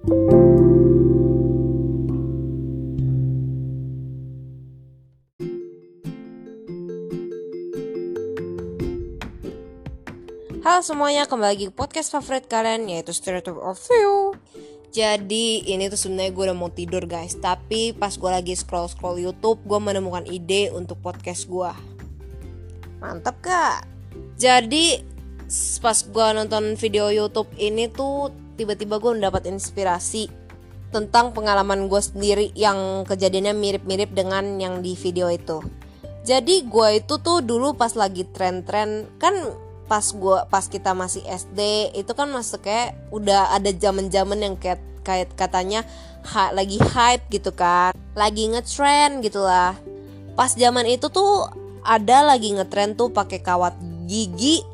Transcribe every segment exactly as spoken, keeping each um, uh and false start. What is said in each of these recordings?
Halo semuanya, kembali lagi ke podcast favorit kalian, yaitu Stereotype of You. Jadi ini tuh sebenarnya gue udah mau tidur guys, tapi pas gue lagi scroll-scroll YouTube, gue menemukan ide untuk podcast gue. Mantap gak? Jadi pas gue nonton video YouTube ini tuh tiba-tiba gue mendapat inspirasi tentang pengalaman gue sendiri yang kejadiannya mirip-mirip dengan yang di video itu. Jadi gue itu tuh dulu pas lagi tren-tren, kan pas gua pas kita masih S D itu kan masuk kayak udah ada zaman-zaman yang kayak kayak katanya ha, lagi hype gitu kan, lagi ngetrend gitulah. Pas zaman itu tuh ada lagi ngetrend tuh pakai kawat gigi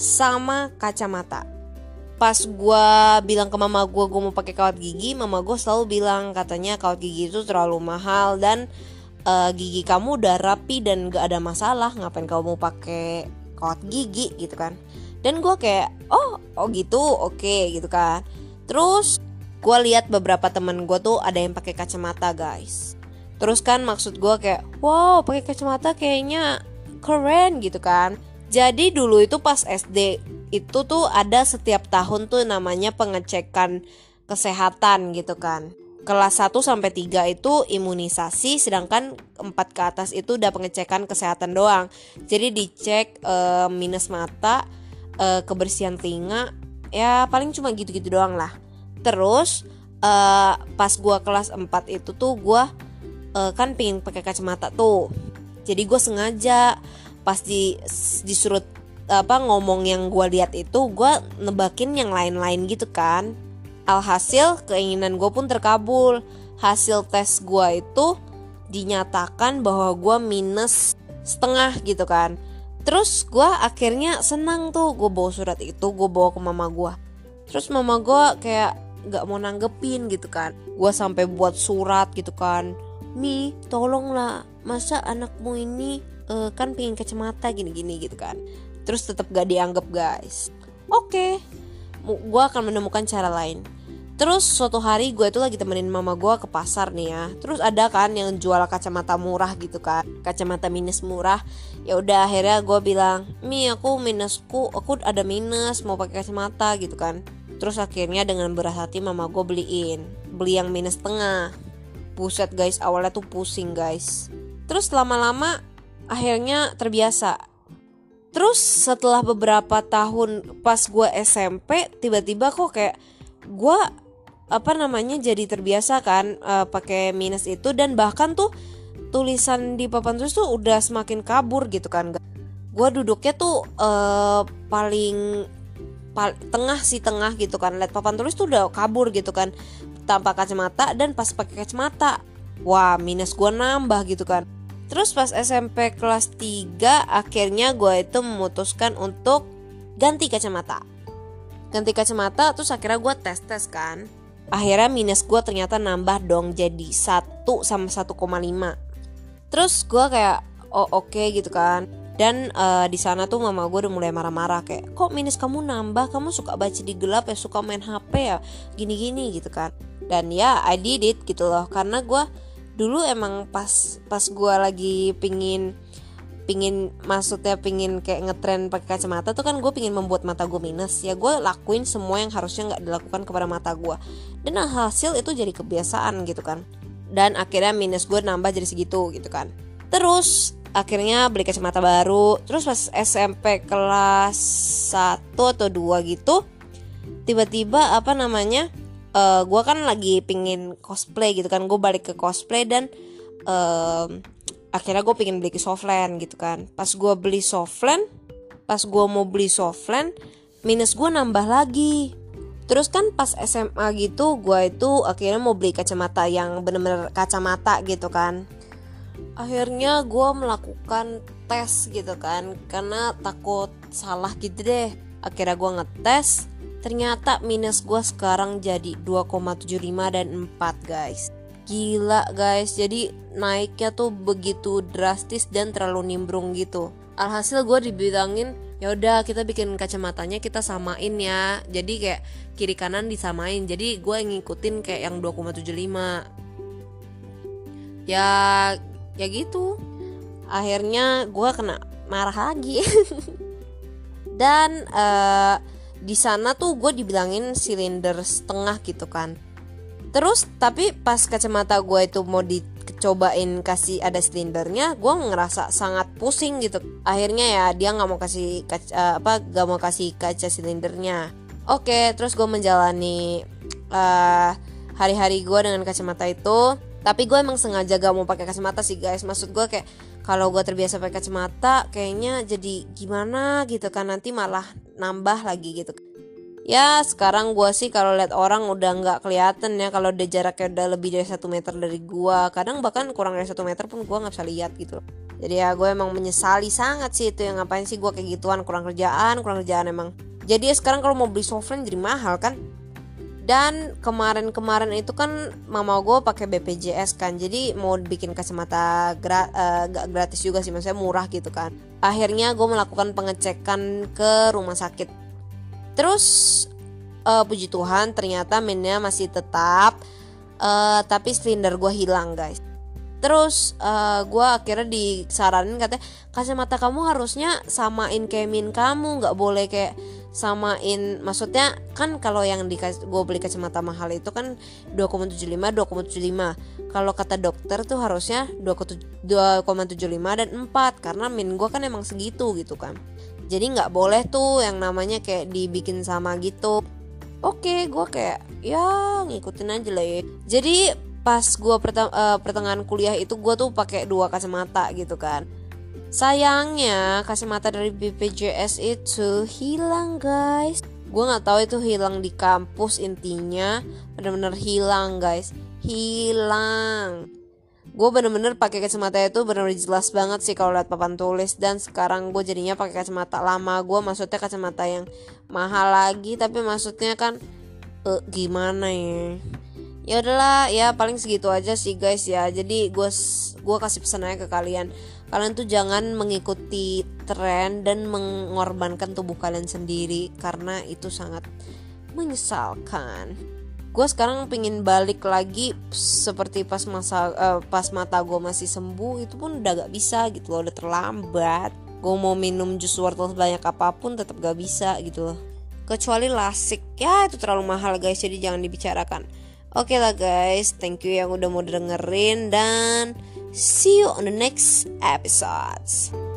sama kacamata. Pas gua bilang ke mama gua gua mau pakai kawat gigi, mama gua selalu bilang katanya kawat gigi itu terlalu mahal dan uh, gigi kamu udah rapi dan gak ada masalah, ngapain kamu mau pakai kawat gigi gitu kan. Dan gue kayak oh oh gitu oke okay, gitu kan. Terus gue lihat beberapa teman gue tuh ada yang pakai kacamata guys. Terus kan maksud gue kayak wow pakai kacamata kayaknya keren gitu kan. Jadi dulu itu pas S D itu tuh ada setiap tahun tuh namanya pengecekan kesehatan gitu kan. Kelas satu sampai tiga itu imunisasi, sedangkan empat ke atas itu udah pengecekan kesehatan doang. Jadi dicek e, minus mata, e, kebersihan telinga, ya paling cuma gitu-gitu doang lah. Terus e, pas gua kelas empat itu tuh gua e, kan pengen pakai kacamata tuh. Jadi gua sengaja pas di disuruh apa ngomong yang gua lihat itu, gua nebakin yang lain-lain gitu kan. Alhasil keinginan gue pun terkabul. Hasil tes gue itu dinyatakan bahwa gue minus setengah gitu kan. Terus gue akhirnya senang tuh, gue bawa surat itu, gue bawa ke mama gue. Terus mama gue kayak gak mau nanggepin gitu kan. Gue sampai buat surat gitu kan, Mi tolonglah, masa anakmu ini uh, kan pengen kacamata gini-gini gitu kan. Terus tetap gak dianggap guys. Oke, gue akan menemukan cara lain. Terus suatu hari gue tuh lagi temenin mama gue ke pasar nih ya. Terus ada kan yang jual kacamata murah gitu kan, kacamata minus murah. Ya udah akhirnya gue bilang, Mi aku minusku, aku ada minus mau pakai kacamata gitu kan. Terus akhirnya dengan berat hati mama gue beliin, beli yang minus setengah. Buset guys, awalnya tuh pusing guys. Terus lama-lama akhirnya terbiasa. Terus setelah beberapa tahun pas gue S M P, tiba-tiba kok kayak gue apa namanya jadi terbiasa kan uh, pakai minus itu, dan bahkan tuh tulisan di papan tulis tuh udah semakin kabur gitu kan. Gue duduknya tuh uh, paling pal- tengah sih tengah gitu kan. Lihat papan tulis tuh udah kabur gitu kan tanpa kacamata, dan pas pakai kacamata wah minus gue nambah gitu kan. Terus pas S M P kelas tiga akhirnya gue itu memutuskan untuk ganti kacamata. Ganti kacamata terus akhirnya gue tes-tes kan. Akhirnya minus gue ternyata nambah dong jadi satu sama satu koma lima. Terus gue kayak oh oke okay, gitu kan. Dan uh, di sana tuh mama gue udah mulai marah-marah kayak kok minus kamu nambah, kamu suka baca di gelap ya, suka main H P ya, gini-gini gitu kan. Dan ya I did it gitu loh, karena gue dulu emang pas pas gue lagi pingin pingin maksudnya pingin kayak ngetren pakai kacamata tuh kan, gue pingin membuat mata gue minus. Ya gue lakuin semua yang harusnya nggak dilakukan kepada mata gue, dan hasil itu jadi kebiasaan gitu kan. Dan akhirnya minus gue nambah jadi segitu gitu kan. Terus akhirnya beli kacamata baru. Terus pas S M P kelas satu atau dua gitu, tiba-tiba apa namanya uh, gue kan lagi pingin cosplay gitu kan. Gue balik ke cosplay dan uh, akhirnya gue pengen beli ke Softland gitu kan. Pas gue beli Softland, pas gue mau beli Softland, minus gue nambah lagi. Terus kan pas S M A gitu, gue itu akhirnya mau beli kacamata yang bener-bener kacamata gitu kan. Akhirnya gue melakukan tes gitu kan, karena takut salah gitu deh. Akhirnya gue ngetes, ternyata minus gue sekarang jadi dua koma tujuh lima dan empat guys. Gila guys, jadi naiknya tuh begitu drastis dan terlalu nimbrung gitu. Alhasil gue dibilangin ya udah kita bikin kacamatanya kita samain ya, jadi kayak kiri kanan disamain. Jadi gue ngikutin kayak yang dua koma tujuh lima. Ya ya gitu. Akhirnya gue kena marah lagi. Dan uh, di sana tuh gue dibilangin silinder setengah gitu kan. Terus tapi pas kacamata gue itu mau dicobain kasih ada silindernya, gue ngerasa sangat pusing gitu. Akhirnya ya dia nggak mau kasih kaca, uh, apa nggak mau kasih kaca silindernya. Oke, terus gue menjalani uh, hari-hari gue dengan kacamata itu. Tapi gue emang sengaja gak mau pakai kacamata sih guys. Maksud gue kayak kalau gue terbiasa pakai kacamata kayaknya jadi gimana gitu kan, nanti malah nambah lagi gitu. Ya sekarang gue sih kalau lihat orang udah nggak kelihatan ya kalau udah jaraknya udah lebih dari satu meter dari gue. Kadang bahkan kurang dari satu meter pun gue nggak bisa lihat gitu. Jadi ya gue emang menyesali sangat sih itu, yang ngapain sih gue kayak gituan, kurang kerjaan, kurang kerjaan emang. Jadi ya sekarang kalau mau beli softline jadi mahal kan. Dan kemarin-kemarin itu kan mama gue pakai B P J S kan, jadi mau bikin kacamata gra, uh, gak gratis juga sih, maksudnya murah gitu kan. Akhirnya gue melakukan pengecekan ke rumah sakit. Terus uh, puji Tuhan ternyata minnya masih tetap, uh, tapi silinder gue hilang guys. Terus uh, gue akhirnya disaranin katanya kacamata kamu harusnya samain kayak min kamu, nggak boleh kayak samain, maksudnya kan kalau yang di gue beli kacamata mahal itu kan dua koma tujuh lima dua koma tujuh lima. Kalau kata dokter tuh harusnya dua koma tujuh lima dan empat, karena min gue kan emang segitu gitu kan. Jadi nggak boleh tuh yang namanya kayak dibikin sama gitu. Oke, gue kayak ya ngikutin aja lah ya. Jadi pas gue perteng- uh, pertengahan kuliah itu gue tuh pakai dua kacamata gitu kan. Sayangnya kacamata dari B P J S itu hilang guys. Gue nggak tahu itu hilang di kampus, intinya bener-bener hilang guys, hilang. Gue bener-bener pakai kacamata itu bener-bener jelas banget sih kalau lihat papan tulis. Dan sekarang gue jadinya pakai kacamata lama gue, maksudnya kacamata yang mahal lagi, tapi maksudnya kan uh, gimana ya? Ya udahlah ya, paling segitu aja sih guys ya. Jadi gue gue kasih pesan aja ke kalian. Kalian tuh jangan mengikuti tren dan mengorbankan tubuh kalian sendiri, karena itu sangat menyesalkan. Gue sekarang pengen balik lagi seperti pas masa uh, pas mata gue masih sembuh, itu pun udah gak bisa gitu loh, udah terlambat. Gue mau minum jus wortel banyak apapun tetap gak bisa gitu loh. Kecuali lasik, ya itu terlalu mahal guys, jadi jangan dibicarakan. Oke okay lah guys, thank you yang udah mau dengerin, dan see you on the next episodes.